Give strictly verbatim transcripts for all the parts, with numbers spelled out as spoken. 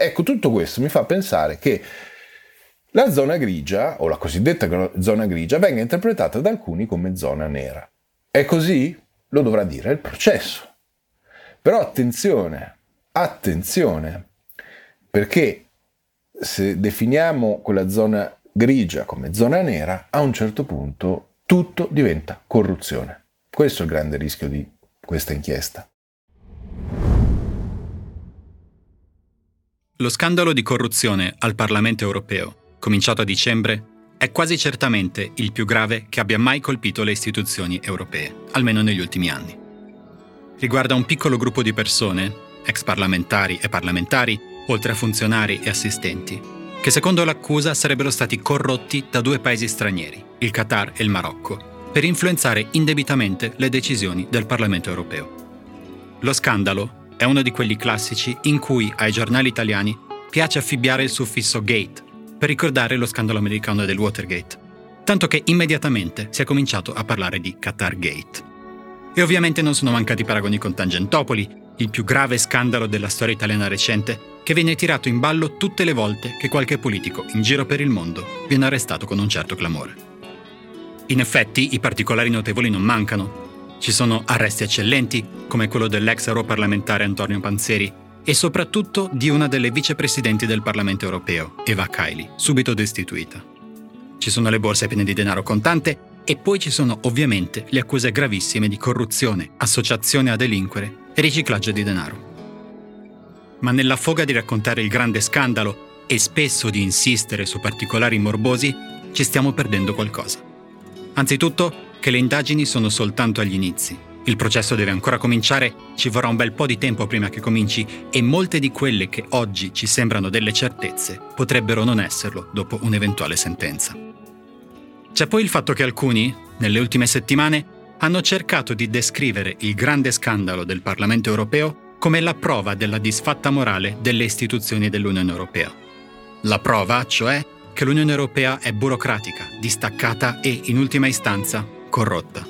Ecco, tutto questo mi fa pensare che la zona grigia, o la cosiddetta zona grigia, venga interpretata da alcuni come zona nera. È così? Lo dovrà dire il processo. Però attenzione, attenzione, perché se definiamo quella zona grigia come zona nera, a un certo punto tutto diventa corruzione. Questo è il grande rischio di questa inchiesta. Lo scandalo di corruzione al Parlamento europeo, cominciato a dicembre, è quasi certamente il più grave che abbia mai colpito le istituzioni europee, almeno negli ultimi anni. Riguarda un piccolo gruppo di persone, ex parlamentari e parlamentari, oltre a funzionari e assistenti, che secondo l'accusa sarebbero stati corrotti da due paesi stranieri, il Qatar e il Marocco, per influenzare indebitamente le decisioni del Parlamento europeo. Lo scandalo è uno di quelli classici in cui ai giornali italiani piace affibbiare il suffisso gate per ricordare lo scandalo americano del Watergate, tanto che immediatamente si è cominciato a parlare di Qatar Gate. E ovviamente non sono mancati paragoni con Tangentopoli, il più grave scandalo della storia italiana recente, che viene tirato in ballo tutte le volte che qualche politico in giro per il mondo viene arrestato con un certo clamore. In effetti, i particolari notevoli non mancano. Ci sono arresti eccellenti, come quello dell'ex europarlamentare Antonio Panzeri, e soprattutto di una delle vicepresidenti del Parlamento europeo, Eva Kaili, subito destituita. Ci sono le borse piene di denaro contante e poi ci sono ovviamente le accuse gravissime di corruzione, associazione a delinquere e riciclaggio di denaro. Ma nella foga di raccontare il grande scandalo e spesso di insistere su particolari morbosi, ci stiamo perdendo qualcosa. Anzitutto, che le indagini sono soltanto agli inizi. Il processo deve ancora cominciare, ci vorrà un bel po' di tempo prima che cominci e molte di quelle che oggi ci sembrano delle certezze potrebbero non esserlo dopo un'eventuale sentenza. C'è poi il fatto che alcuni, nelle ultime settimane, hanno cercato di descrivere il grande scandalo del Parlamento europeo come la prova della disfatta morale delle istituzioni dell'Unione Europea. La prova, cioè, che l'Unione Europea è burocratica, distaccata e, in ultima istanza, corrotta.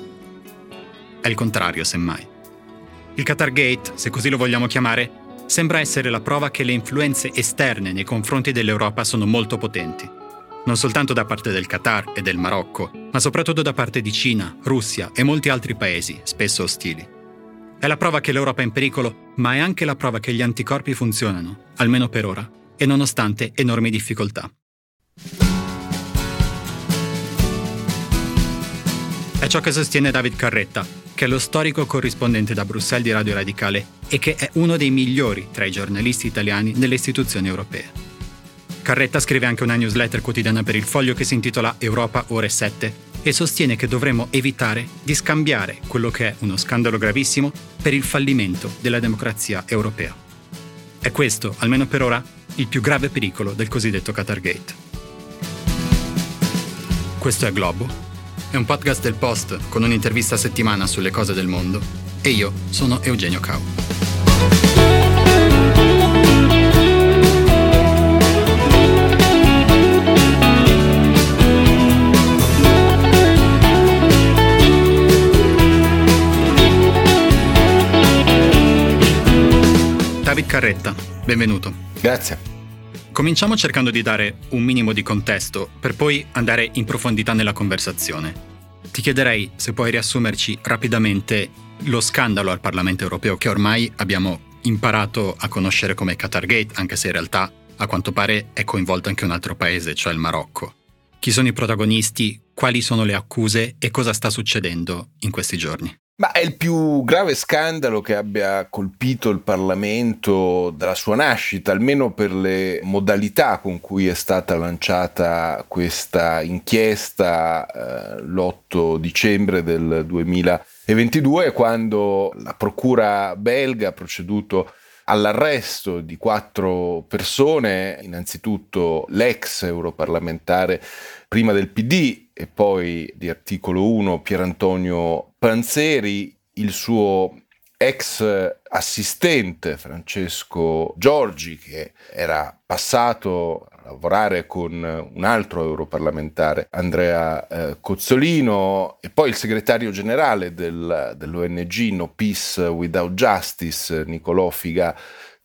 È il contrario, semmai. Il Qatar Gate, se così lo vogliamo chiamare, sembra essere la prova che le influenze esterne nei confronti dell'Europa sono molto potenti. Non soltanto da parte del Qatar e del Marocco, ma soprattutto da parte di Cina, Russia e molti altri paesi, spesso ostili. È la prova che l'Europa è in pericolo, ma è anche la prova che gli anticorpi funzionano, almeno per ora, e nonostante enormi difficoltà. È ciò che sostiene David Carretta, che è lo storico corrispondente da Bruxelles di Radio Radicale e che è uno dei migliori tra i giornalisti italiani nelle istituzioni europee. Carretta scrive anche una newsletter quotidiana per Il Foglio che si intitola Europa Ore sette e sostiene che dovremmo evitare di scambiare quello che è uno scandalo gravissimo per il fallimento della democrazia europea. È questo, almeno per ora, il più grave pericolo del cosiddetto Qatar Gate. Questo è Globo. È un podcast del Post con un'intervista a settimana sulle cose del mondo e io sono Eugenio Cau. David Carretta, benvenuto. Grazie. Cominciamo cercando di dare un minimo di contesto per poi andare in profondità nella conversazione. Ti chiederei se puoi riassumerci rapidamente lo scandalo al Parlamento europeo che ormai abbiamo imparato a conoscere come Qatar Gate, anche se in realtà a quanto pare è coinvolto anche un altro paese, cioè il Marocco. Chi sono i protagonisti, quali sono le accuse e cosa sta succedendo in questi giorni? Ma è il più grave scandalo che abbia colpito il Parlamento dalla sua nascita, almeno per le modalità con cui è stata lanciata questa inchiesta eh, l'otto dicembre del duemilaventidue, quando la procura belga ha proceduto all'arresto di quattro persone, innanzitutto l'ex europarlamentare prima del P D e poi di Articolo uno Pierantonio Panzeri, il suo ex assistente Francesco Giorgi, che era passato a lavorare con un altro europarlamentare, Andrea eh, Cozzolino, e poi il segretario generale del, dell'O N G No Peace Without Justice, Nicolò Figa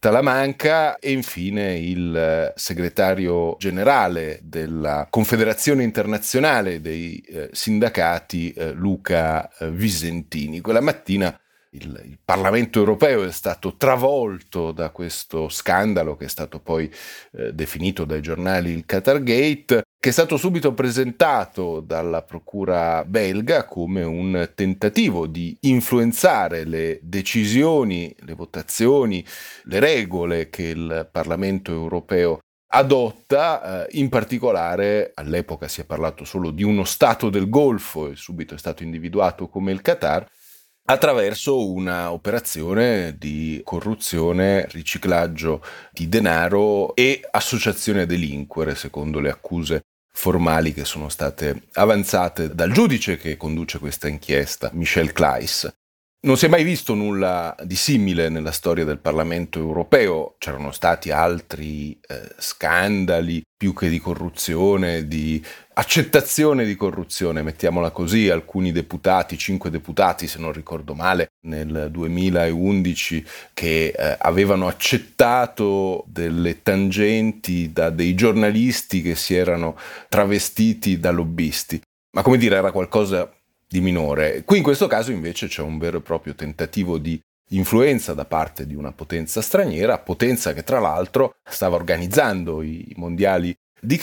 Talamanca e infine il segretario generale della Confederazione Internazionale dei eh, Sindacati, eh, Luca eh, Visentini. Quella mattina il, il Parlamento europeo è stato travolto da questo scandalo che è stato poi eh, definito dai giornali il Qatargate, che è stato subito presentato dalla procura belga come un tentativo di influenzare le decisioni, le votazioni, le regole che il Parlamento europeo adotta, eh, in particolare all'epoca si è parlato solo di uno Stato del Golfo e subito è stato individuato come il Qatar, attraverso una operazione di corruzione, riciclaggio di denaro e associazione a delinquere, secondo le accuse formali che sono state avanzate dal giudice che conduce questa inchiesta, Michel Claes. Non si è mai visto nulla di simile nella storia del Parlamento europeo, c'erano stati altri eh, scandali più che di corruzione, di accettazione di corruzione, mettiamola così, alcuni deputati, cinque deputati se non ricordo male, nel duemilaundici che eh, avevano accettato delle tangenti da dei giornalisti che si erano travestiti da lobbisti, ma come dire era qualcosa di minore. Qui in questo caso invece c'è un vero e proprio tentativo di influenza da parte di una potenza straniera, potenza che tra l'altro stava organizzando i mondiali di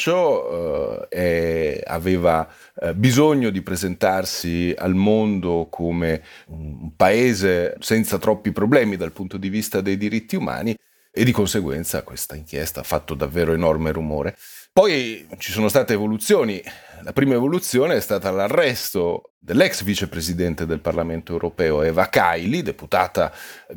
calcio eh, e aveva eh, bisogno di presentarsi al mondo come un paese senza troppi problemi dal punto di vista dei diritti umani e di conseguenza questa inchiesta ha fatto davvero enorme rumore. Poi ci sono state evoluzioni. La prima evoluzione è stata l'arresto dell'ex vicepresidente del Parlamento europeo Eva Kaili, deputata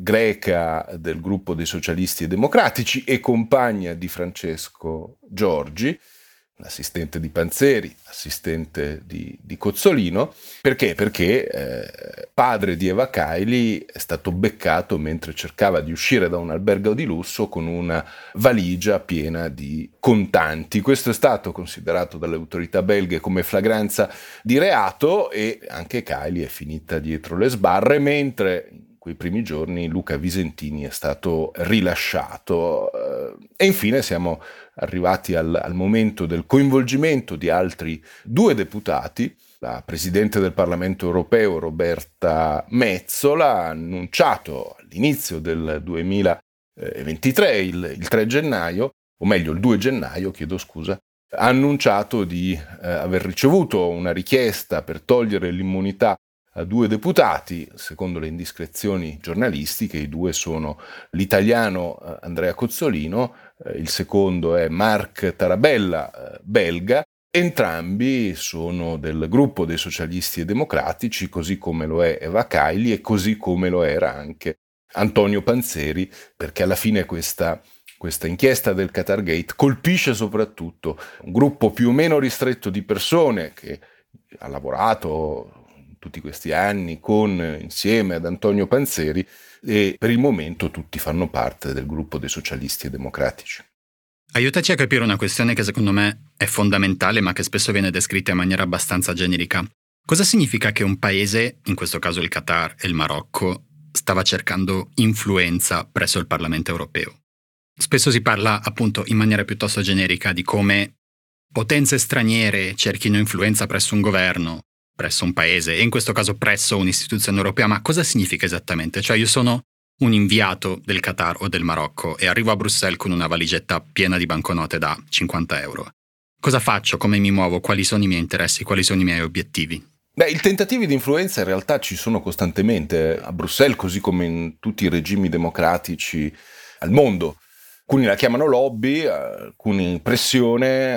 greca del gruppo dei socialisti e democratici e compagna di Francesco Giorgi, l'assistente di Panzeri, assistente di, di Cozzolino. Perché? Perché eh, padre di Eva Kaili è stato beccato mentre cercava di uscire da un albergo di lusso con una valigia piena di contanti. Questo è stato considerato dalle autorità belghe come flagranza di reato e anche Kaili è finita dietro le sbarre, mentre in quei primi giorni Luca Visentini è stato rilasciato. E infine siamo arrivati al, al momento del coinvolgimento di altri due deputati. La Presidente del Parlamento europeo, Roberta Metsola, ha annunciato all'inizio del duemilaventitré, il, il tre gennaio, o meglio il due gennaio, chiedo scusa, ha annunciato di eh, aver ricevuto una richiesta per togliere l'immunità a due deputati. Secondo le indiscrezioni giornalistiche, i due sono l'italiano eh, Andrea Cozzolino, eh, il secondo è Marc Tarabella, eh, belga. Entrambi sono del gruppo dei socialisti e democratici, così come lo è Eva Kaili e così come lo era anche Antonio Panzeri, perché alla fine questa, questa inchiesta del Qatargate colpisce soprattutto un gruppo più o meno ristretto di persone che ha lavorato tutti questi anni con, insieme ad Antonio Panzeri e per il momento tutti fanno parte del gruppo dei socialisti e democratici. Aiutaci a capire una questione che secondo me è fondamentale ma che spesso viene descritta in maniera abbastanza generica. Cosa significa che un paese, in questo caso il Qatar e il Marocco, stava cercando influenza presso il Parlamento europeo? Spesso si parla appunto in maniera piuttosto generica di come potenze straniere cerchino influenza presso un governo, presso un paese e in questo caso presso un'istituzione europea, ma cosa significa esattamente? Cioè io sono un inviato del Qatar o del Marocco e arrivo a Bruxelles con una valigetta piena di banconote da cinquanta euro. Cosa faccio? Come mi muovo? Quali sono i miei interessi? Quali sono i miei obiettivi? Beh, i tentativi di influenza in realtà ci sono costantemente a Bruxelles, così come in tutti i regimi democratici al mondo. Alcuni la chiamano lobby, alcuni pressione,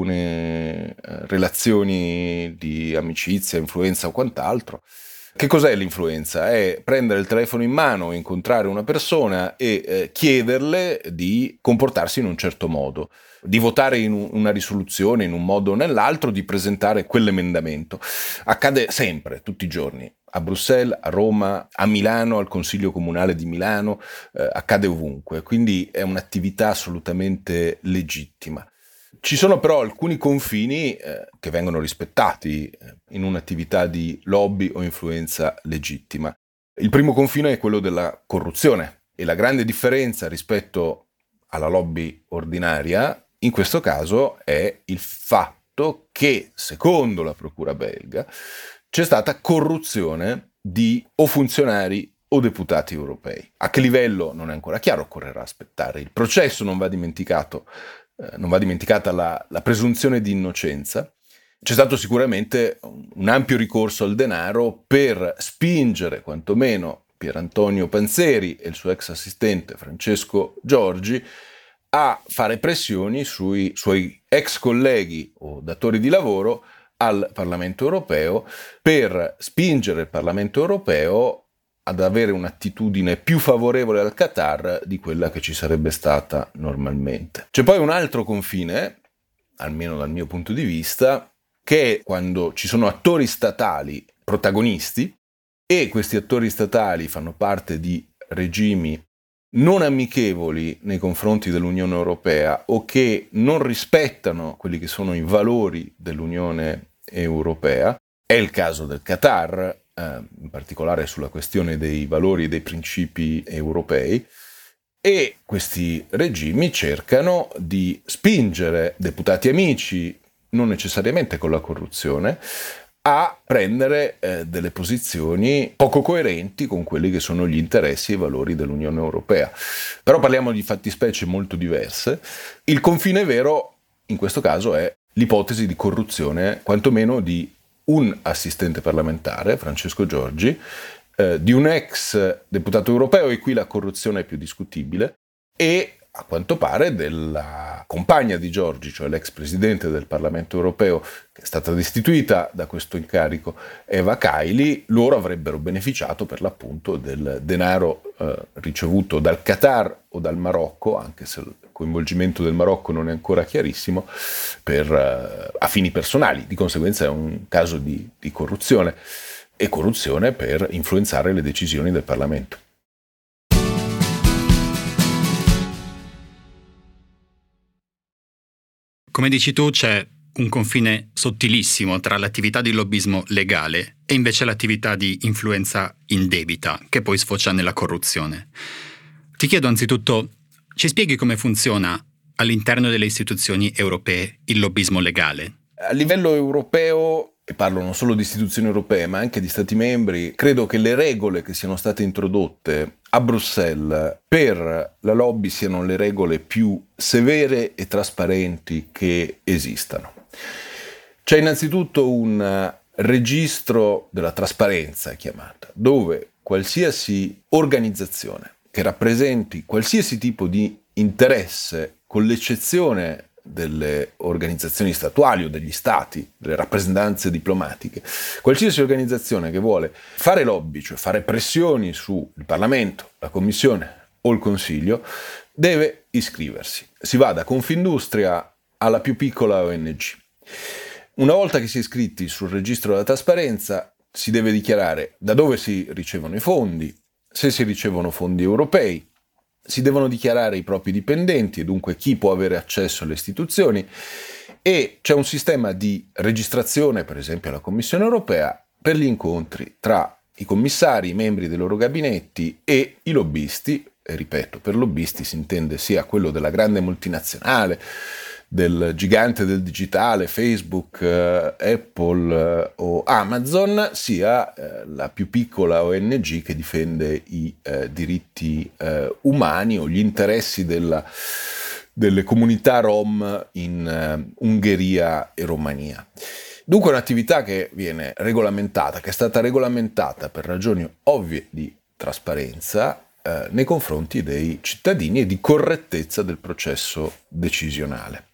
alcune relazioni di amicizia, influenza o quant'altro. Che cos'è l'influenza? È prendere il telefono in mano, incontrare una persona e eh, chiederle di comportarsi in un certo modo, di votare in un, una risoluzione in un modo o nell'altro, di presentare quell'emendamento. Accade sempre, tutti i giorni. A Bruxelles, a Roma, a Milano, al Consiglio Comunale di Milano, eh, accade ovunque, quindi è un'attività assolutamente legittima. Ci sono però alcuni confini eh, che vengono rispettati eh, in un'attività di lobby o influenza legittima. Il primo confine è quello della corruzione. E la grande differenza rispetto alla lobby ordinaria, in questo caso, è il fatto che, secondo la procura belga, c'è stata corruzione di o funzionari o deputati europei. A che livello non è ancora chiaro, occorrerà aspettare. Il processo non va dimenticato, eh, non va dimenticata la, la presunzione di innocenza. C'è stato sicuramente un ampio ricorso al denaro per spingere quantomeno Pierantonio Panzeri e il suo ex assistente Francesco Giorgi a fare pressioni sui suoi ex colleghi o datori di lavoro al Parlamento europeo per spingere il Parlamento europeo ad avere un'attitudine più favorevole al Qatar di quella che ci sarebbe stata normalmente. C'è poi un altro confine, almeno dal mio punto di vista, che è quando ci sono attori statali protagonisti e questi attori statali fanno parte di regimi non amichevoli nei confronti dell'Unione Europea o che non rispettano quelli che sono i valori dell'Unione Europea. È il caso del Qatar, eh, in particolare sulla questione dei valori e dei principi europei, e questi regimi cercano di spingere deputati amici, non necessariamente con la corruzione, a prendere eh, delle posizioni poco coerenti con quelli che sono gli interessi e i valori dell'Unione Europea. Però parliamo di fattispecie molto diverse. Il confine vero, in questo caso, è l'ipotesi di corruzione, quantomeno di un assistente parlamentare, Francesco Giorgi, eh, di un ex deputato europeo, e qui la corruzione è più discutibile, e a quanto pare della compagna di Giorgi, cioè l'ex presidente del Parlamento europeo, che è stata destituita da questo incarico, Eva Kaili. Loro avrebbero beneficiato per l'appunto del denaro eh, ricevuto dal Qatar o dal Marocco, anche se il coinvolgimento del Marocco non è ancora chiarissimo, per, eh, a fini personali. Di conseguenza è un caso di, di corruzione, e corruzione per influenzare le decisioni del Parlamento. Come dici tu, c'è un confine sottilissimo tra l'attività di lobbismo legale e invece l'attività di influenza indebita, che poi sfocia nella corruzione. Ti chiedo anzitutto, ci spieghi come funziona all'interno delle istituzioni europee il lobbismo legale? A livello europeo, e parlo non solo di istituzioni europee ma anche di Stati membri, credo che le regole che siano state introdotte a Bruxelles per la lobby siano le regole più severe e trasparenti che esistano. C'è innanzitutto un registro della trasparenza, è chiamata, dove qualsiasi organizzazione che rappresenti qualsiasi tipo di interesse, con l'eccezione delle organizzazioni statuali o degli stati, delle rappresentanze diplomatiche, qualsiasi organizzazione che vuole fare lobby, cioè fare pressioni sul Parlamento, la Commissione o il Consiglio, deve iscriversi. Si va da Confindustria alla più piccola O N G. Una volta che si è iscritti sul registro della trasparenza, si deve dichiarare da dove si ricevono i fondi, se si ricevono fondi europei, si devono dichiarare i propri dipendenti e dunque chi può avere accesso alle istituzioni, e c'è un sistema di registrazione, per esempio alla Commissione europea, per gli incontri tra i commissari, i membri dei loro gabinetti e i lobbisti. E ripeto, per lobbisti si intende sia quello della grande multinazionale, del gigante del digitale, Facebook, eh, Apple eh, o Amazon, sia eh, la più piccola O N G che difende i eh, diritti eh, umani o gli interessi della, delle comunità rom in eh, Ungheria e Romania. Dunque è un'attività che viene regolamentata, che è stata regolamentata per ragioni ovvie di trasparenza Eh, nei confronti dei cittadini e di correttezza del processo decisionale.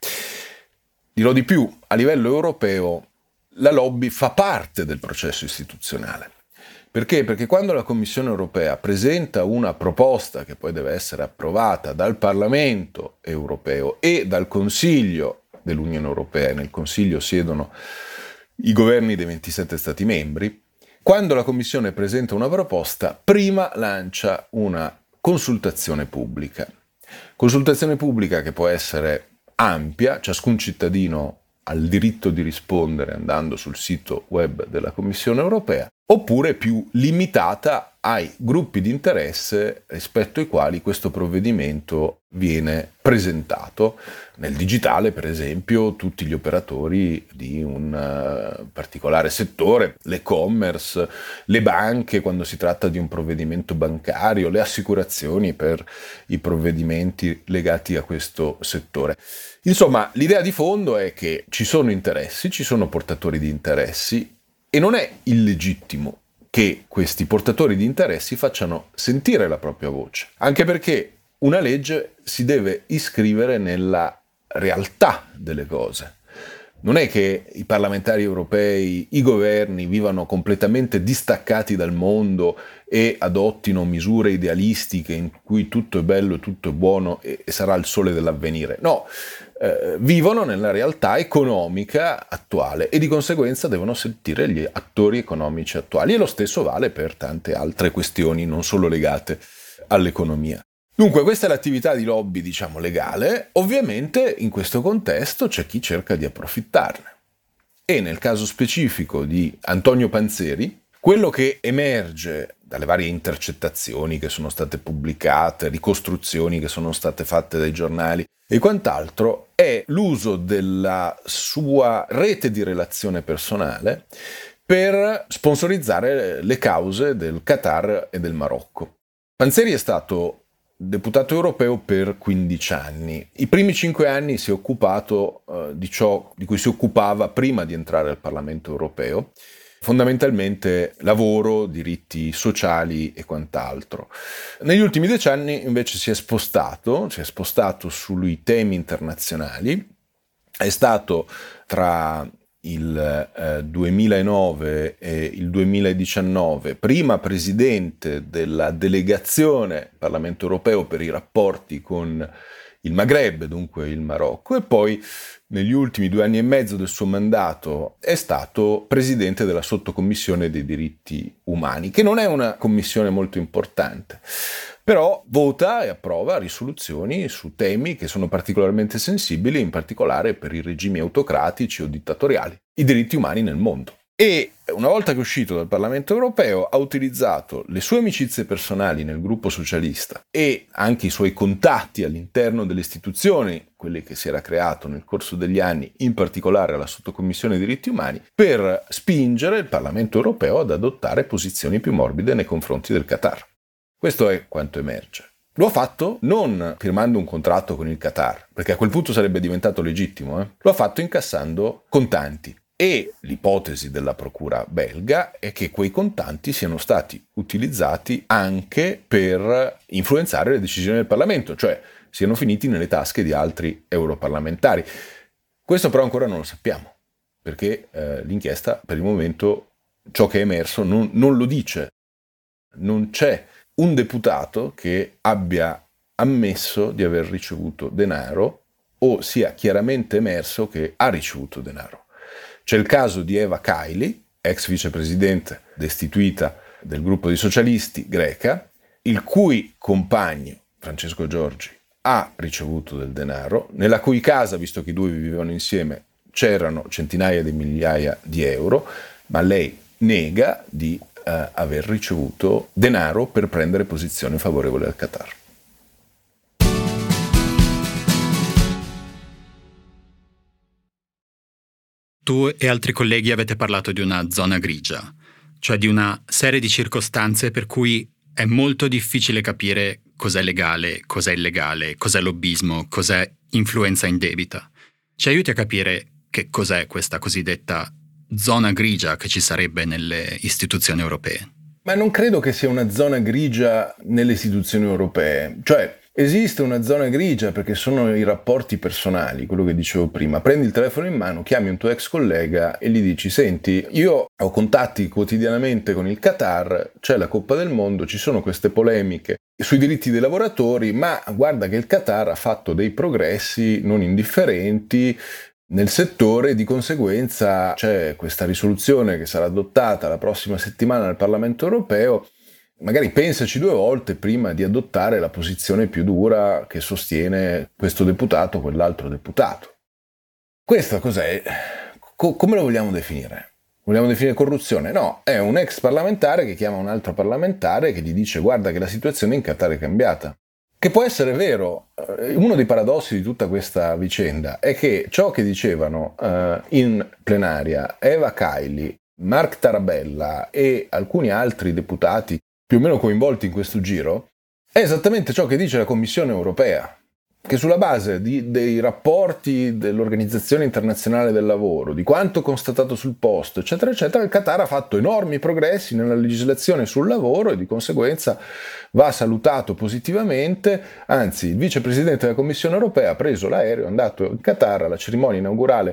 Dirò di più, a livello europeo la lobby fa parte del processo istituzionale. Perché? Perché quando la Commissione europea presenta una proposta che poi deve essere approvata dal Parlamento europeo e dal Consiglio dell'Unione Europea, e nel Consiglio siedono i governi dei ventisette Stati membri, quando la Commissione presenta una proposta, prima lancia una consultazione pubblica. Consultazione pubblica che può essere ampia, ciascun cittadino ha il diritto di rispondere andando sul sito web della Commissione europea, oppure più limitata ai gruppi di interesse rispetto ai quali questo provvedimento viene presentato. Nel digitale, per esempio, tutti gli operatori di un uh, particolare settore, l'e-commerce, le banche quando si tratta di un provvedimento bancario, le assicurazioni per i provvedimenti legati a questo settore. Insomma, l'idea di fondo è che ci sono interessi, ci sono portatori di interessi, e non è illegittimo che questi portatori di interessi facciano sentire la propria voce, anche perché una legge si deve iscrivere nella realtà delle cose. Non è che i parlamentari europei, i governi vivano completamente distaccati dal mondo e adottino misure idealistiche in cui tutto è bello e tutto è buono e, e sarà il sole dell'avvenire. No, eh, vivono nella realtà economica attuale e di conseguenza devono sentire gli attori economici attuali, e lo stesso vale per tante altre questioni non solo legate all'economia. Dunque, questa è l'attività di lobby, diciamo, legale. Ovviamente in questo contesto c'è chi cerca di approfittarne. E nel caso specifico di Antonio Panzeri, quello che emerge dalle varie intercettazioni che sono state pubblicate, ricostruzioni che sono state fatte dai giornali e quant'altro, è l'uso della sua rete di relazione personale per sponsorizzare le cause del Qatar e del Marocco. Panzeri è stato deputato europeo per quindici anni. I primi cinque anni si è occupato eh, di ciò di cui si occupava prima di entrare al Parlamento europeo, fondamentalmente lavoro, diritti sociali e quant'altro. Negli ultimi dieci anni invece si è spostato, si è spostato sui temi internazionali, è stato tra il eh, duemilanove e il duemiladiciannove, prima presidente della delegazione Parlamento europeo per i rapporti con il Maghreb, dunque il Marocco, e poi negli ultimi due anni e mezzo del suo mandato è stato presidente della sottocommissione dei diritti umani, che non è una commissione molto importante, però vota e approva risoluzioni su temi che sono particolarmente sensibili, in particolare per i regimi autocratici o dittatoriali, i diritti umani nel mondo. E una volta che è uscito dal Parlamento europeo ha utilizzato le sue amicizie personali nel gruppo socialista e anche i suoi contatti all'interno delle istituzioni, quelli che si era creato nel corso degli anni, in particolare alla sottocommissione dei diritti umani, per spingere il Parlamento europeo ad adottare posizioni più morbide nei confronti del Qatar. Questo è quanto emerge. Lo ha fatto non firmando un contratto con il Qatar, perché a quel punto sarebbe diventato legittimo, eh? Lo ha fatto incassando contanti. E l'ipotesi della procura belga è che quei contanti siano stati utilizzati anche per influenzare le decisioni del Parlamento, cioè siano finiti nelle tasche di altri europarlamentari. Questo però ancora non lo sappiamo, perché eh, l'inchiesta per il momento, ciò che è emerso, non, non lo dice. Non c'è un deputato che abbia ammesso di aver ricevuto denaro o sia chiaramente emerso che ha ricevuto denaro. C'è il caso di Eva Kaili, ex vicepresidente destituita del gruppo dei socialisti greca, il cui compagno, Francesco Giorgi, ha ricevuto del denaro, nella cui casa, visto che i due vivevano insieme, c'erano centinaia di migliaia di euro, ma lei nega di eh, aver ricevuto denaro per prendere posizione favorevole al Qatar. Tu e altri colleghi avete parlato di una zona grigia, cioè di una serie di circostanze per cui è molto difficile capire cos'è legale, cos'è illegale, cos'è lobbismo, cos'è influenza indebita. Ci aiuti a capire che cos'è questa cosiddetta zona grigia che ci sarebbe nelle istituzioni europee? Ma non credo che sia una zona grigia nelle istituzioni europee, cioè esiste una zona grigia perché sono i rapporti personali, quello che dicevo prima. Prendi il telefono in mano, chiami un tuo ex collega e gli dici: senti, io ho contatti quotidianamente con il Qatar, c'è la Coppa del Mondo, ci sono queste polemiche sui diritti dei lavoratori, ma guarda che il Qatar ha fatto dei progressi non indifferenti nel settore, di conseguenza c'è questa risoluzione che sarà adottata la prossima settimana dal Parlamento europeo. Magari pensaci due volte prima di adottare la posizione più dura che sostiene questo deputato o quell'altro deputato. Questo cos'è? Co- come lo vogliamo definire? Vogliamo definire corruzione? No, è un ex parlamentare che chiama un altro parlamentare che gli dice guarda che la situazione in Qatar è cambiata. Che può essere vero. Uno dei paradossi di tutta questa vicenda è che ciò che dicevano uh, in plenaria Eva Kaili, Mark Tarabella e alcuni altri deputati più o meno coinvolti in questo giro è esattamente ciò che dice la Commissione europea, che sulla base di, dei rapporti dell'Organizzazione Internazionale del Lavoro, di quanto constatato sul posto, eccetera, eccetera, il Qatar ha fatto enormi progressi nella legislazione sul lavoro e di conseguenza va salutato positivamente. Anzi, il vicepresidente della Commissione Europea ha preso l'aereo, è andato in Qatar alla cerimonia inaugurale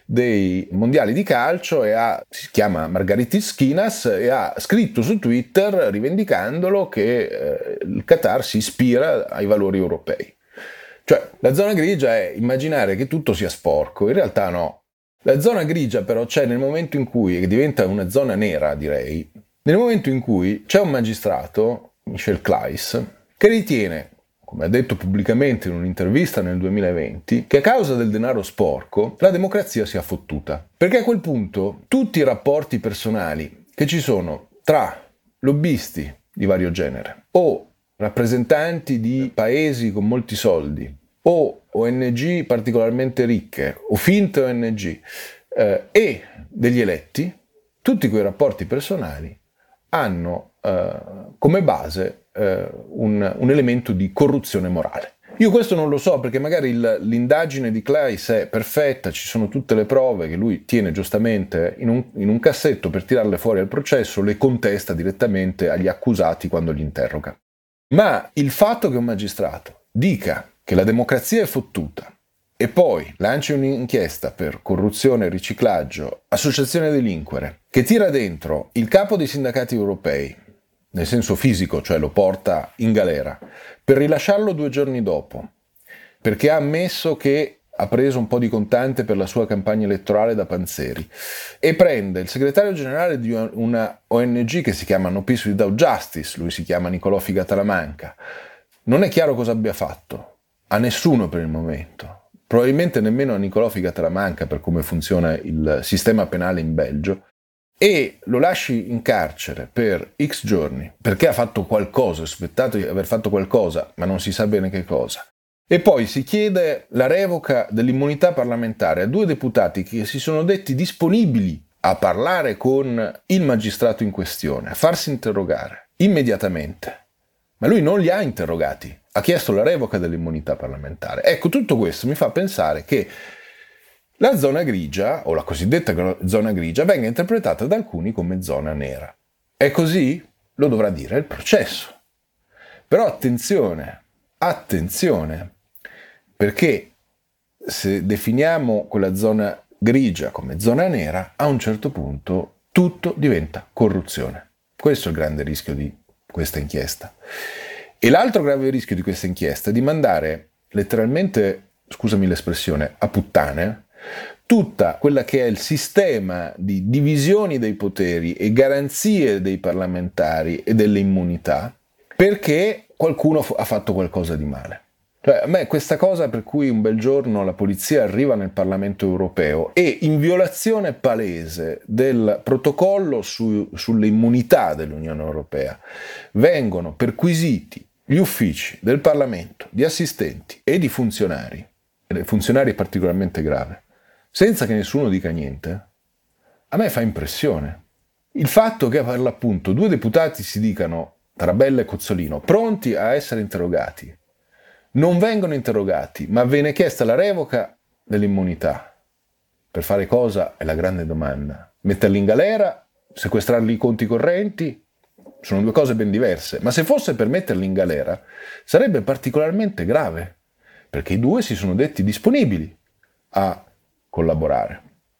dei mondiali di calcio e ha, si chiama Margaritis Schinas, e ha scritto su Twitter rivendicandolo che eh, il Qatar si ispira ai valori europei. Cioè, la zona grigia è immaginare che tutto sia sporco, in realtà no. La zona grigia però c'è nel momento in cui, che diventa una zona nera direi, nel momento in cui c'è un magistrato, Michel Claes, che ritiene, come ha detto pubblicamente in un'intervista nel duemilaventi, che a causa del denaro sporco la democrazia sia fottuta. Perché a quel punto tutti i rapporti personali che ci sono tra lobbisti di vario genere o rappresentanti di paesi con molti soldi o O N G particolarmente ricche o finte O N G eh, e degli eletti, tutti quei rapporti personali hanno eh, come base eh, un, un elemento di corruzione morale. Io questo non lo so perché magari il, l'indagine di Claes è perfetta, ci sono tutte le prove che lui tiene giustamente in un, in un cassetto per tirarle fuori al processo, le contesta direttamente agli accusati quando li interroga. Ma il fatto che un magistrato dica che la democrazia è fottuta e poi lanci un'inchiesta per corruzione, riciclaggio, associazione a delinquere, che tira dentro il capo dei sindacati europei, nel senso fisico, cioè lo porta in galera, per rilasciarlo due giorni dopo, perché ha ammesso che ha preso un po' di contante per la sua campagna elettorale da Panzeri, e prende il segretario generale di una O N G che si chiama No Peace Without Justice, lui si chiama Nicolò Figa-Talamanca. Non è chiaro cosa abbia fatto, a nessuno per il momento, probabilmente nemmeno a Nicolò Figa-Talamanca per come funziona il sistema penale in Belgio, e lo lasci in carcere per X giorni perché ha fatto qualcosa, è sospettato di aver fatto qualcosa, ma non si sa bene che cosa. E poi si chiede la revoca dell'immunità parlamentare a due deputati che si sono detti disponibili a parlare con il magistrato in questione, a farsi interrogare immediatamente. Ma lui non li ha interrogati, ha chiesto la revoca dell'immunità parlamentare. Ecco, tutto questo mi fa pensare che la zona grigia, o la cosiddetta zona grigia, venga interpretata da alcuni come zona nera. È così? Lo dovrà dire il processo. Però attenzione, attenzione, perché se definiamo quella zona grigia come zona nera, a un certo punto tutto diventa corruzione. Questo è il grande rischio di questa inchiesta. E l'altro grave rischio di questa inchiesta è di mandare letteralmente, scusami l'espressione, a puttane tutta quella che è il sistema di divisioni dei poteri e garanzie dei parlamentari e delle immunità, perché qualcuno ha fatto qualcosa di male. Cioè, a me questa cosa per cui un bel giorno la polizia arriva nel Parlamento europeo e in violazione palese del protocollo su, sulle immunità dell'Unione Europea vengono perquisiti gli uffici del Parlamento, di assistenti e di funzionari, e funzionari è particolarmente grave, senza che nessuno dica niente, a me fa impressione. Il fatto che per l'appunto due deputati si dicano, Tarabella e Cozzolino, pronti a essere interrogati, non vengono interrogati, ma viene chiesta la revoca dell'immunità. Per fare cosa è la grande domanda. Metterli in galera, sequestrargli i conti correnti, sono due cose ben diverse, ma se fosse per metterli in galera sarebbe particolarmente grave, perché i due si sono detti disponibili a collaborare.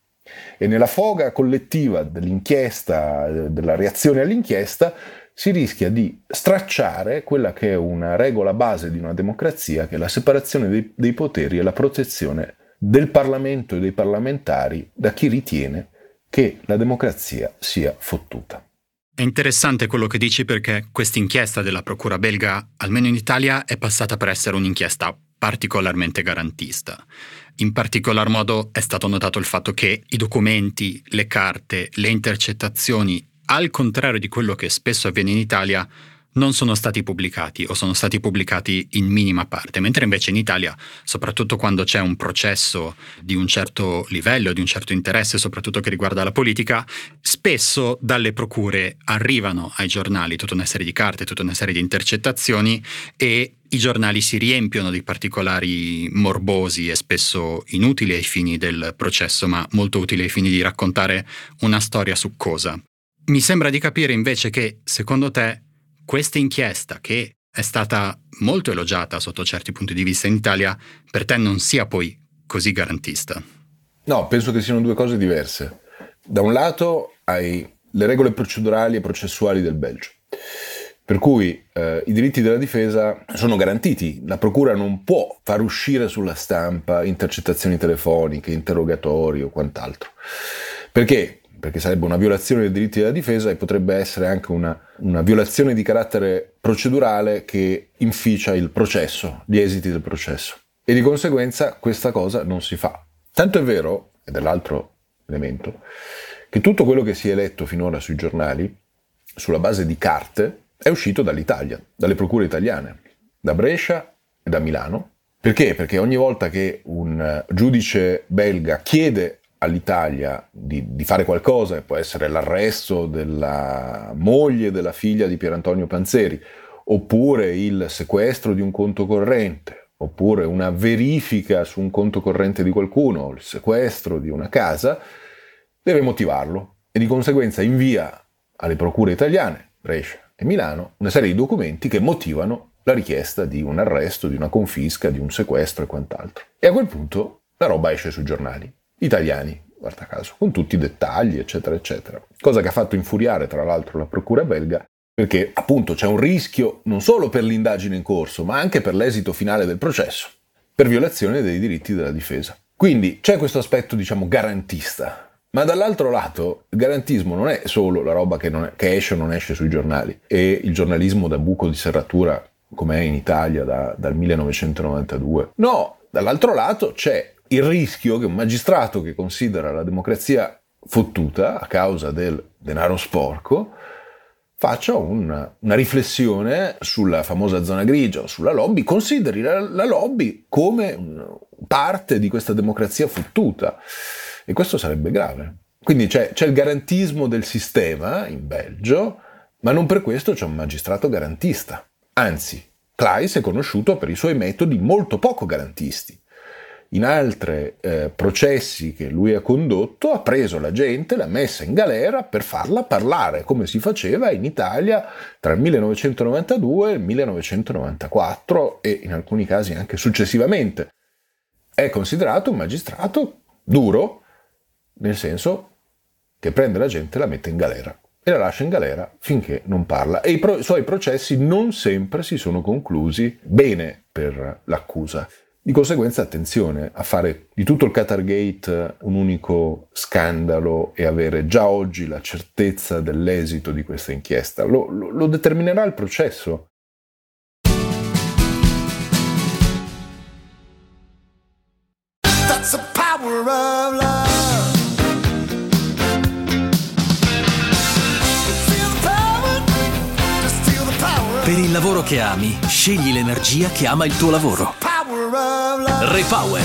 E nella foga collettiva dell'inchiesta, della reazione all'inchiesta, si rischia di stracciare quella che è una regola base di una democrazia, che è la separazione dei, dei poteri e la protezione del Parlamento e dei parlamentari da chi ritiene che la democrazia sia fottuta. È interessante quello che dici perché questa inchiesta della procura belga, almeno in Italia, è passata per essere un'inchiesta particolarmente garantista. In particolar modo è stato notato il fatto che i documenti, le carte, le intercettazioni, al contrario di quello che spesso avviene in Italia, non sono stati pubblicati o sono stati pubblicati in minima parte, mentre invece in Italia, soprattutto quando c'è un processo di un certo livello, di un certo interesse, soprattutto che riguarda la politica, spesso dalle procure arrivano ai giornali tutta una serie di carte, tutta una serie di intercettazioni e i giornali si riempiono di particolari morbosi e spesso inutili ai fini del processo, ma molto utili ai fini di raccontare una storia succosa. Mi sembra di capire invece che, secondo te, questa inchiesta, che è stata molto elogiata sotto certi punti di vista in Italia, per te non sia poi così garantista? No, penso che siano due cose diverse. Da un lato hai le regole procedurali e processuali del Belgio, per cui eh, i diritti della difesa sono garantiti. La procura non può far uscire sulla stampa intercettazioni telefoniche, interrogatori o quant'altro. Perché? Perché sarebbe una violazione dei diritti della difesa e potrebbe essere anche una, una violazione di carattere procedurale che inficia il processo, gli esiti del processo. E di conseguenza questa cosa non si fa. Tanto è vero, ed è l'altro elemento, che tutto quello che si è letto finora sui giornali, sulla base di carte, è uscito dall'Italia, dalle procure italiane, da Brescia e da Milano. Perché? Perché ogni volta che un giudice belga chiede all'Italia di, di fare qualcosa, può essere l'arresto della moglie della figlia di Pierantonio Panzeri, oppure il sequestro di un conto corrente, oppure una verifica su un conto corrente di qualcuno, il sequestro di una casa, deve motivarlo e di conseguenza invia alle procure italiane, Brescia e Milano, una serie di documenti che motivano la richiesta di un arresto, di una confisca, di un sequestro e quant'altro. E a quel punto la roba esce sui giornali italiani, guarda caso, con tutti i dettagli, eccetera, eccetera. Cosa che ha fatto infuriare, tra l'altro, la procura belga, perché appunto c'è un rischio non solo per l'indagine in corso, ma anche per l'esito finale del processo, per violazione dei diritti della difesa. Quindi c'è questo aspetto, diciamo, garantista. Ma dall'altro lato, il garantismo non è solo la roba che, non è, che esce o non esce sui giornali, e il giornalismo da buco di serratura, come è in Italia da, dal millenovecentonovantadue. No, dall'altro lato c'è il rischio che un magistrato che considera la democrazia fottuta a causa del denaro sporco faccia una, una riflessione sulla famosa zona grigia o sulla lobby, consideri la, la lobby come parte di questa democrazia fottuta, e questo sarebbe grave. Quindi c'è, c'è il garantismo del sistema in Belgio, ma non per questo c'è un magistrato garantista. Anzi, Claes è conosciuto per i suoi metodi molto poco garantisti. In altri eh, processi che lui ha condotto ha preso la gente, l'ha messa in galera per farla parlare, come si faceva in Italia tra il millenovecentonovantadue e il millenovecentonovantaquattro e in alcuni casi anche successivamente. È considerato un magistrato duro, nel senso che prende la gente e la mette in galera e la lascia in galera finché non parla. E i pro- suoi processi non sempre si sono conclusi bene per l'accusa. Di conseguenza attenzione a fare di tutto il Qatargate un unico scandalo e avere già oggi la certezza dell'esito di questa inchiesta. Lo, lo, lo determinerà il processo. That's the power of love. Per il lavoro che ami, scegli l'energia che ama il tuo lavoro. Repower.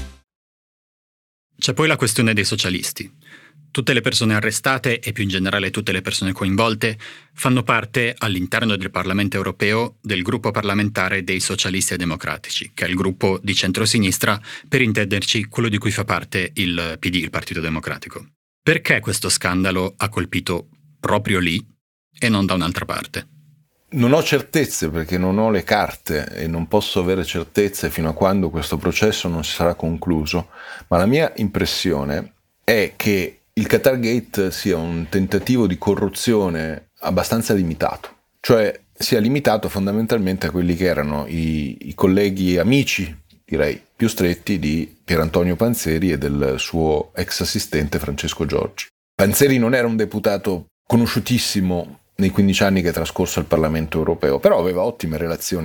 C'è poi la questione dei socialisti. Tutte le persone arrestate e più in generale tutte le persone coinvolte fanno parte all'interno del Parlamento europeo del gruppo parlamentare dei socialisti e democratici, che è il gruppo di centrosinistra, per intenderci quello di cui fa parte il P D, il Partito Democratico. Perché questo scandalo ha colpito proprio lì e non da un'altra parte? Non ho certezze perché non ho le carte e non posso avere certezze fino a quando questo processo non si sarà concluso, ma la mia impressione è che il Qatargate sia un tentativo di corruzione abbastanza limitato, cioè sia limitato fondamentalmente a quelli che erano i, i colleghi amici, direi, più stretti di Pierantonio Panzeri e del suo ex assistente Francesco Giorgi. Panzeri non era un deputato conosciutissimo nei quindici anni che è trascorso al Parlamento europeo, però aveva ottime relazioni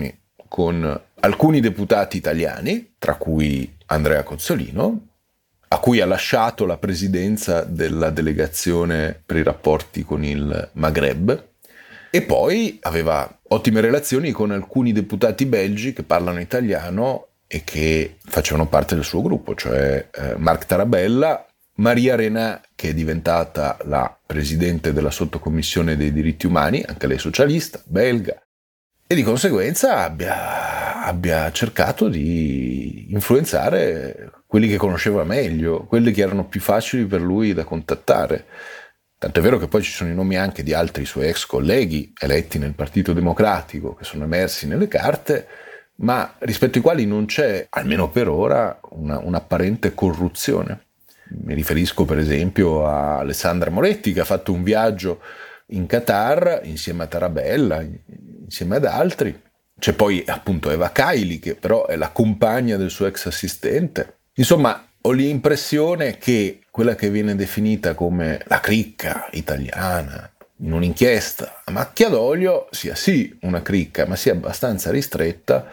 con alcuni deputati italiani, tra cui Andrea Cozzolino, a cui ha lasciato la presidenza della delegazione per i rapporti con il Maghreb, e poi aveva ottime relazioni con alcuni deputati belgi che parlano italiano e che facevano parte del suo gruppo, cioè eh, Marc Tarabella, Maria Arena, che è diventata la presidente della sottocommissione dei diritti umani, anche lei socialista, belga, e di conseguenza abbia, abbia cercato di influenzare quelli che conosceva meglio, quelli che erano più facili per lui da contattare. Tanto è vero che poi ci sono i nomi anche di altri suoi ex colleghi eletti nel Partito Democratico che sono emersi nelle carte, ma rispetto ai quali non c'è, almeno per ora, una, un'apparente corruzione. Mi riferisco per esempio a Alessandra Moretti, che ha fatto un viaggio in Qatar insieme a Tarabella, insieme ad altri. C'è poi appunto Eva Kaili, che però è la compagna del suo ex assistente. Insomma, ho l'impressione che quella che viene definita come la cricca italiana in un'inchiesta a macchia d'olio sia sì una cricca, ma sia abbastanza ristretta,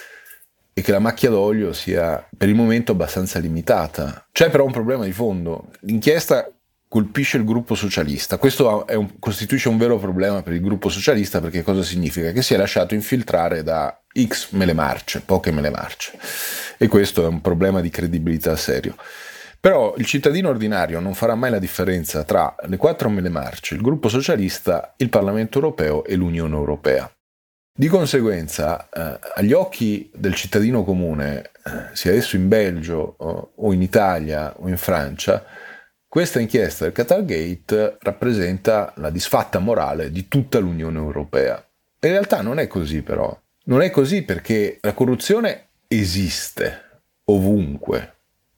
e che la macchia d'olio sia per il momento abbastanza limitata. C'è però un problema di fondo. L'inchiesta colpisce il gruppo socialista. Questo è un, costituisce un vero problema per il gruppo socialista, perché cosa significa? Che si è lasciato infiltrare da X mele marce, poche mele marce, e questo è un problema di credibilità serio. Però il cittadino ordinario non farà mai la differenza tra le quattro mele marce, il gruppo socialista, il Parlamento europeo e l'Unione Europea. Di conseguenza, eh, agli occhi del cittadino comune, eh, sia esso in Belgio o, o in Italia o in Francia, questa inchiesta del Qatargate rappresenta la disfatta morale di tutta l'Unione Europea. In realtà non è così, però. Non è così, perché la corruzione esiste ovunque.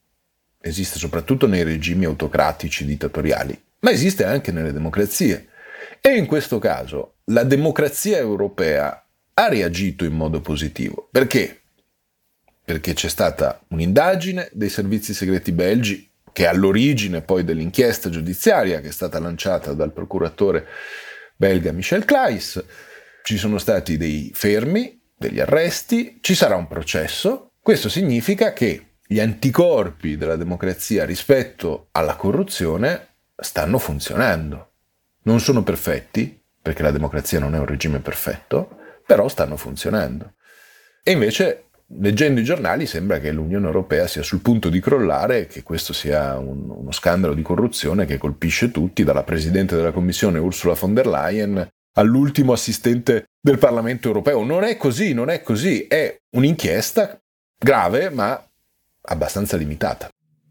Esiste soprattutto nei regimi autocratici dittatoriali, ma esiste anche nelle democrazie. E in questo caso la democrazia europea ha reagito in modo positivo. Perché? Perché c'è stata un'indagine dei servizi segreti belgi, che è all'origine poi dell'inchiesta giudiziaria che è stata lanciata dal procuratore belga Michel Claes. Ci sono stati dei fermi, degli arresti, ci sarà un processo. Questo significa che gli anticorpi della democrazia rispetto alla corruzione stanno funzionando. Non sono perfetti, perché la democrazia non è un regime perfetto, però stanno funzionando. E invece, leggendo i giornali, sembra che l'Unione Europea sia sul punto di crollare, che questo sia un, uno scandalo di corruzione che colpisce tutti, dalla Presidente della Commissione Ursula von der Leyen all'ultimo assistente del Parlamento Europeo. Non è così, non è così. È un'inchiesta grave, ma abbastanza limitata.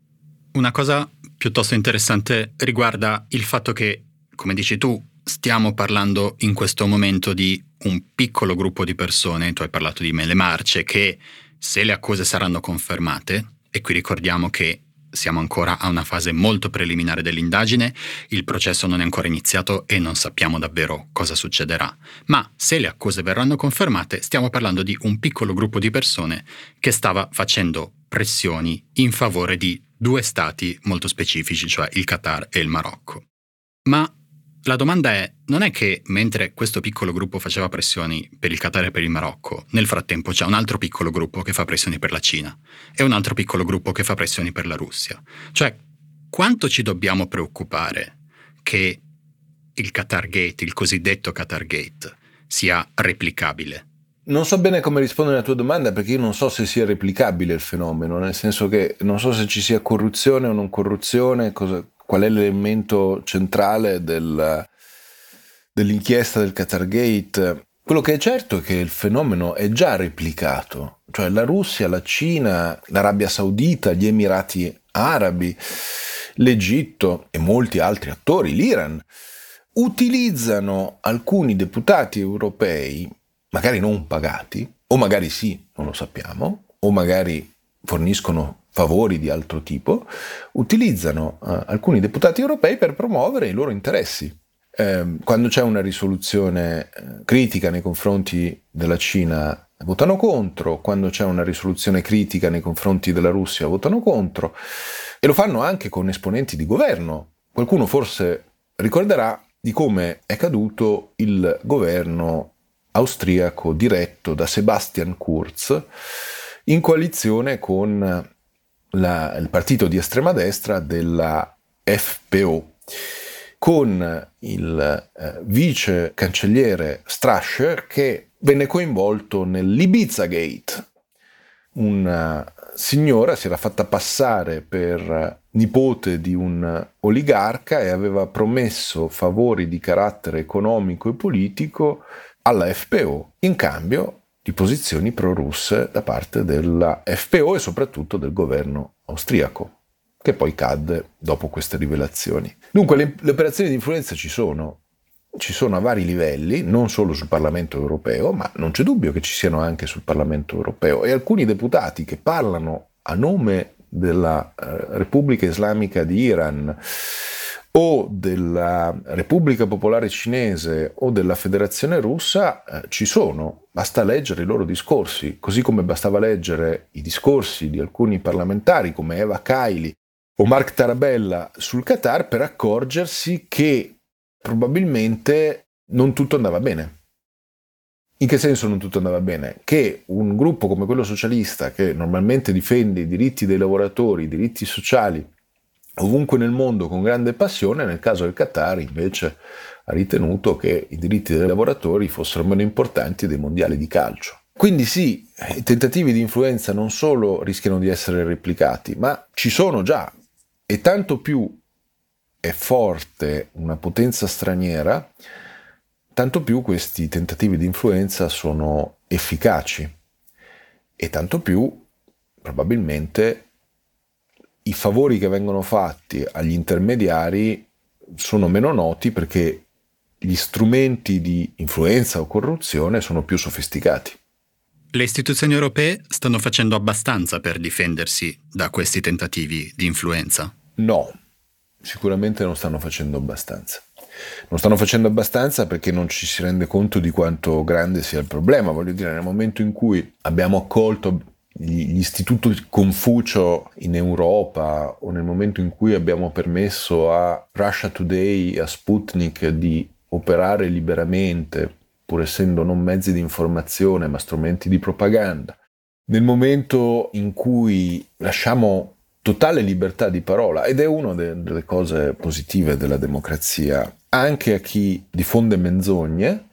Una cosa piuttosto interessante riguarda il fatto che, come dici tu, stiamo parlando in questo momento di un piccolo gruppo di persone. Tu hai parlato di mele marce, che se le accuse saranno confermate, e qui ricordiamo che siamo ancora a una fase molto preliminare dell'indagine, il processo non è ancora iniziato e non sappiamo davvero cosa succederà, ma se le accuse verranno confermate stiamo parlando di un piccolo gruppo di persone che stava facendo pressioni in favore di due stati molto specifici, cioè il Qatar e il Marocco. Ma la domanda è, non è che mentre questo piccolo gruppo faceva pressioni per il Qatar e per il Marocco, nel frattempo c'è un altro piccolo gruppo che fa pressioni per la Cina e un altro piccolo gruppo che fa pressioni per la Russia? Cioè, quanto ci dobbiamo preoccupare che il Qatargate, il cosiddetto Qatargate, sia replicabile? Non so bene come rispondere alla tua domanda, perché io non so se sia replicabile il fenomeno, nel senso che non so se ci sia corruzione o non corruzione, cosa... Qual è l'elemento centrale del, dell'inchiesta del Qatargate? Quello che è certo è che il fenomeno è già replicato, cioè la Russia, la Cina, l'Arabia Saudita, gli Emirati Arabi, l'Egitto e molti altri attori, l'Iran, utilizzano alcuni deputati europei, magari non pagati, o magari sì, non lo sappiamo, o magari forniscono favori di altro tipo, utilizzano uh, alcuni deputati europei per promuovere i loro interessi. Eh, quando c'è una risoluzione eh, critica nei confronti della Cina, votano contro; quando c'è una risoluzione critica nei confronti della Russia, votano contro, e lo fanno anche con esponenti di governo. Qualcuno forse ricorderà di come è caduto il governo austriaco diretto da Sebastian Kurz in coalizione con la, il partito di estrema destra della F P O, con il eh, vice cancelliere Strasser che venne coinvolto nell'Ibiza Gate. Una signora si era fatta passare per nipote di un oligarca e aveva promesso favori di carattere economico e politico alla F P O in cambio di posizioni pro-russe da parte della F P O e soprattutto del governo austriaco, che poi cadde dopo queste rivelazioni. Dunque le, le operazioni di influenza ci sono, ci sono a vari livelli, non solo sul Parlamento europeo, ma non c'è dubbio che ci siano anche sul Parlamento europeo, e alcuni deputati che parlano a nome della eh, Repubblica Islamica di Iran o della Repubblica Popolare Cinese o della Federazione Russa eh, ci sono, basta leggere i loro discorsi, così come bastava leggere i discorsi di alcuni parlamentari come Eva Kaili o Mark Tarabella sul Qatar per accorgersi che probabilmente non tutto andava bene. In che senso non tutto andava bene? Che un gruppo come quello socialista, che normalmente difende i diritti dei lavoratori, i diritti sociali, ovunque nel mondo con grande passione, nel caso del Qatar invece ha ritenuto che i diritti dei lavoratori fossero meno importanti dei mondiali di calcio. Quindi sì, i tentativi di influenza non solo rischiano di essere replicati, ma ci sono già, e tanto più è forte una potenza straniera, tanto più questi tentativi di influenza sono efficaci e tanto più probabilmente i favori che vengono fatti agli intermediari sono meno noti perché gli strumenti di influenza o corruzione sono più sofisticati. Le istituzioni europee stanno facendo abbastanza per difendersi da questi tentativi di influenza? No, sicuramente non stanno facendo abbastanza. Non stanno facendo abbastanza perché non ci si rende conto di quanto grande sia il problema. Voglio dire, nel momento in cui abbiamo accolto gli istituti Confucio in Europa o nel momento in cui abbiamo permesso a Russia Today e a Sputnik di operare liberamente, pur essendo non mezzi di informazione ma strumenti di propaganda, nel momento in cui lasciamo totale libertà di parola, ed è una delle cose positive della democrazia, anche a chi diffonde menzogne,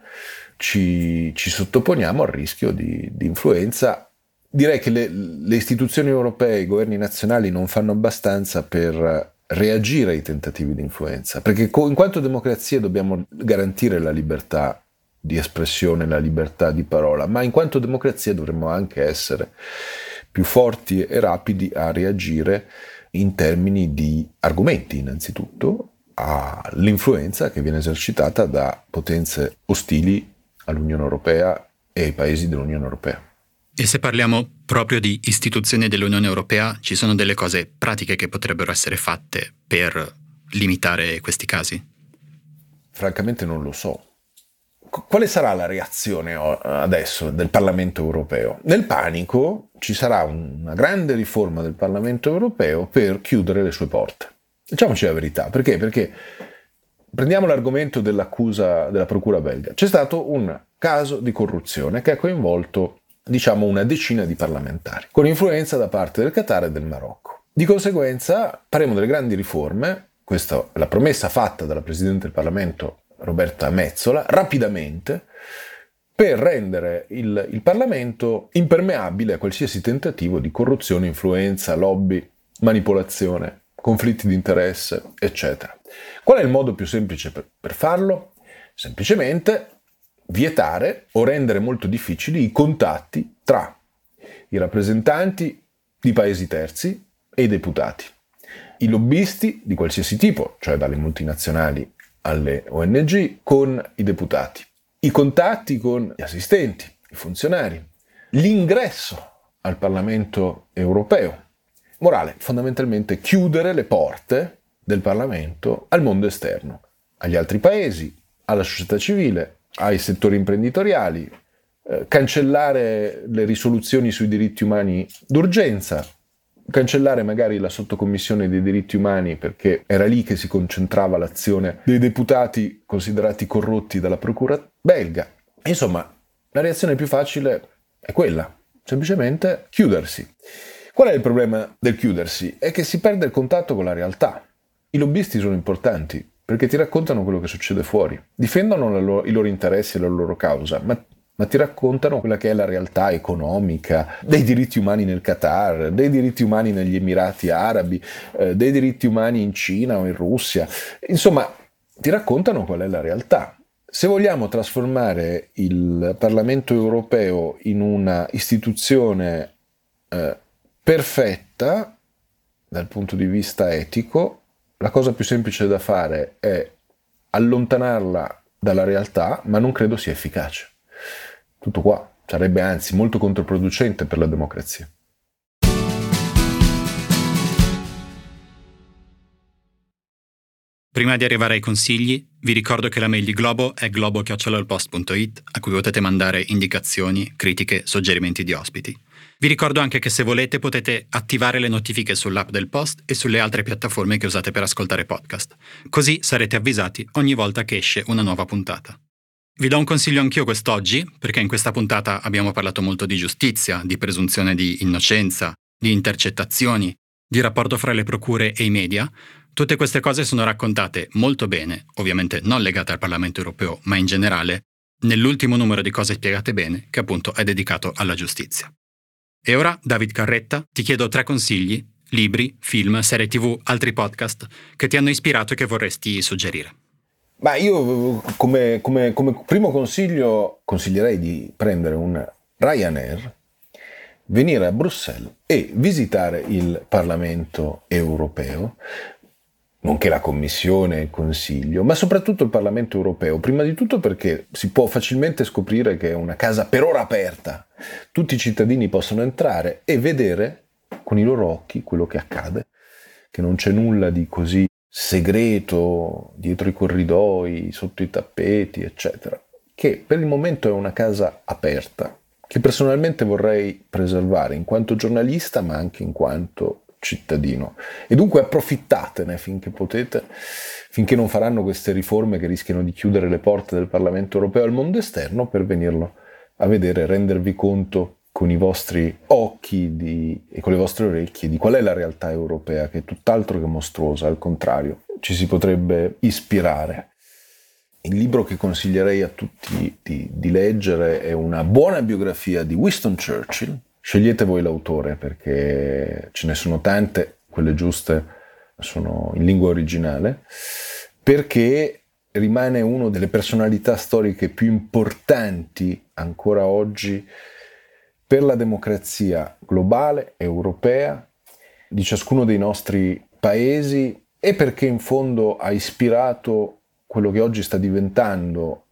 ci, ci sottoponiamo al rischio di, di influenza. Direi che le, le istituzioni europee, i governi nazionali non fanno abbastanza per reagire ai tentativi di influenza, perché co- in quanto democrazia dobbiamo garantire la libertà di espressione, la libertà di parola, ma in quanto democrazia dovremmo anche essere più forti e rapidi a reagire in termini di argomenti, innanzitutto, all'influenza che viene esercitata da potenze ostili all'Unione Europea e ai paesi dell'Unione Europea. E se parliamo proprio di istituzioni dell'Unione Europea, ci sono delle cose pratiche che potrebbero essere fatte per limitare questi casi? Francamente non lo so. Quale sarà la reazione adesso del Parlamento europeo? Nel panico ci sarà una grande riforma del Parlamento europeo per chiudere le sue porte. Diciamoci la verità. Perché? Perché prendiamo l'argomento dell'accusa della procura belga. C'è stato un caso di corruzione che ha coinvolto, diciamo, una decina di parlamentari, con influenza da parte del Qatar e del Marocco. Di conseguenza faremo delle grandi riforme, questa è la promessa fatta dalla Presidente del Parlamento Roberta Metsola, rapidamente, per rendere il, il Parlamento impermeabile a qualsiasi tentativo di corruzione, influenza, lobby, manipolazione, conflitti di interesse, eccetera. Qual è il modo più semplice per, per farlo? Semplicemente vietare o rendere molto difficili i contatti tra i rappresentanti di paesi terzi e i deputati, i lobbisti di qualsiasi tipo, cioè dalle multinazionali alle O N G, con i deputati, i contatti con gli assistenti, i funzionari, l'ingresso al Parlamento europeo. Morale, fondamentalmente chiudere le porte del Parlamento al mondo esterno, agli altri paesi, alla società civile, ai settori imprenditoriali, eh, cancellare le risoluzioni sui diritti umani d'urgenza, cancellare magari la sottocommissione dei diritti umani perché era lì che si concentrava l'azione dei deputati considerati corrotti dalla procura belga. Insomma, la reazione più facile è quella, semplicemente chiudersi. Qual è il problema del chiudersi? È che si perde il contatto con la realtà. I lobbisti sono importanti perché ti raccontano quello che succede fuori, difendono la loro, i loro interessi e la loro causa, ma, ma ti raccontano quella che è la realtà economica, dei diritti umani nel Qatar, dei diritti umani negli Emirati Arabi, eh, dei diritti umani in Cina o in Russia. Insomma, ti raccontano qual è la realtà. Se vogliamo trasformare il Parlamento europeo in una istituzione eh, perfetta dal punto di vista etico, la cosa più semplice da fare è allontanarla dalla realtà, ma non credo sia efficace. Tutto qua. Sarebbe anzi molto controproducente per la democrazia. Prima di arrivare ai consigli, vi ricordo che la mail di Globo è globo chiocciola il post punto it, a cui potete mandare indicazioni, critiche, suggerimenti di ospiti. Vi ricordo anche che se volete potete attivare le notifiche sull'app del Post e sulle altre piattaforme che usate per ascoltare podcast. Così sarete avvisati ogni volta che esce una nuova puntata. Vi do un consiglio anch'io quest'oggi, perché in questa puntata abbiamo parlato molto di giustizia, di presunzione di innocenza, di intercettazioni, di rapporto fra le procure e i media. Tutte queste cose sono raccontate molto bene, ovviamente non legate al Parlamento europeo, ma in generale, nell'ultimo numero di Cose spiegate bene, che appunto è dedicato alla giustizia. E ora, David Carretta, ti chiedo tre consigli, libri, film, serie tv, altri podcast, che ti hanno ispirato e che vorresti suggerire. Ma io come, come, come primo consiglio consiglierei di prendere un Ryanair, venire a Bruxelles e visitare il Parlamento europeo, nonché la Commissione, il Consiglio, ma soprattutto il Parlamento europeo, prima di tutto perché si può facilmente scoprire che è una casa per ora aperta, tutti i cittadini possono entrare e vedere con i loro occhi quello che accade, che non c'è nulla di così segreto dietro i corridoi, sotto i tappeti, eccetera, che per il momento è una casa aperta, che personalmente vorrei preservare in quanto giornalista, ma anche in quanto cittadino. E dunque approfittatene finché potete, finché non faranno queste riforme che rischiano di chiudere le porte del Parlamento europeo al mondo esterno, per venirlo a vedere, rendervi conto con i vostri occhi di, e con le vostre orecchie di qual è la realtà europea, che è tutt'altro che mostruosa, al contrario, ci si potrebbe ispirare. Il libro che consiglierei a tutti di, di leggere è una buona biografia di Winston Churchill. Scegliete voi l'autore, perché ce ne sono tante, quelle giuste sono in lingua originale, perché rimane una delle personalità storiche più importanti ancora oggi per la democrazia globale, europea, di ciascuno dei nostri paesi, e perché in fondo ha ispirato quello che oggi sta diventando,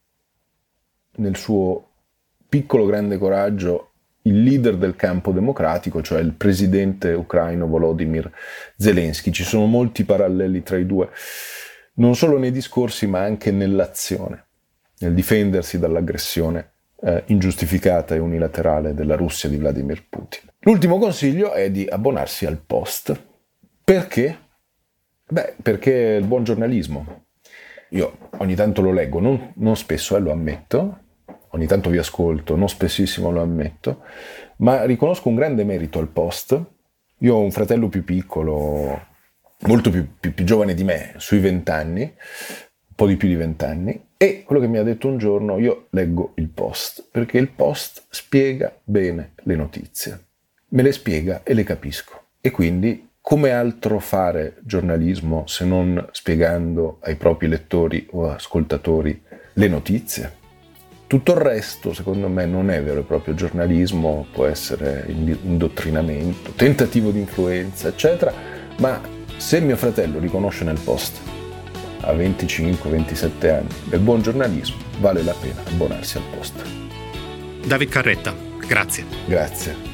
nel suo piccolo grande coraggio, il leader del campo democratico, cioè il presidente ucraino Volodymyr Zelensky. Ci sono molti paralleli tra i due, non solo nei discorsi ma anche nell'azione, nel difendersi dall'aggressione eh, ingiustificata e unilaterale della Russia di Vladimir Putin. L'ultimo consiglio è di abbonarsi al Post. Perché? Beh, perché è il buon giornalismo. Io ogni tanto lo leggo, non, non spesso, eh, lo ammetto, ogni tanto vi ascolto, non spessissimo, lo ammetto, ma riconosco un grande merito al Post. Io ho un fratello più piccolo, molto più, più, più giovane di me, sui vent'anni, un po' di più di vent'anni, e quello che mi ha detto un giorno: io leggo il Post, perché il Post spiega bene le notizie, me le spiega e le capisco, e quindi come altro fare giornalismo se non spiegando ai propri lettori o ascoltatori le notizie? Tutto il resto, secondo me, non è vero e proprio giornalismo, può essere indottrinamento, tentativo di influenza, eccetera, ma se mio fratello riconosce nel Post, a venticinque ventisette anni, del buon giornalismo, vale la pena abbonarsi al Post. David Carretta, grazie. Grazie.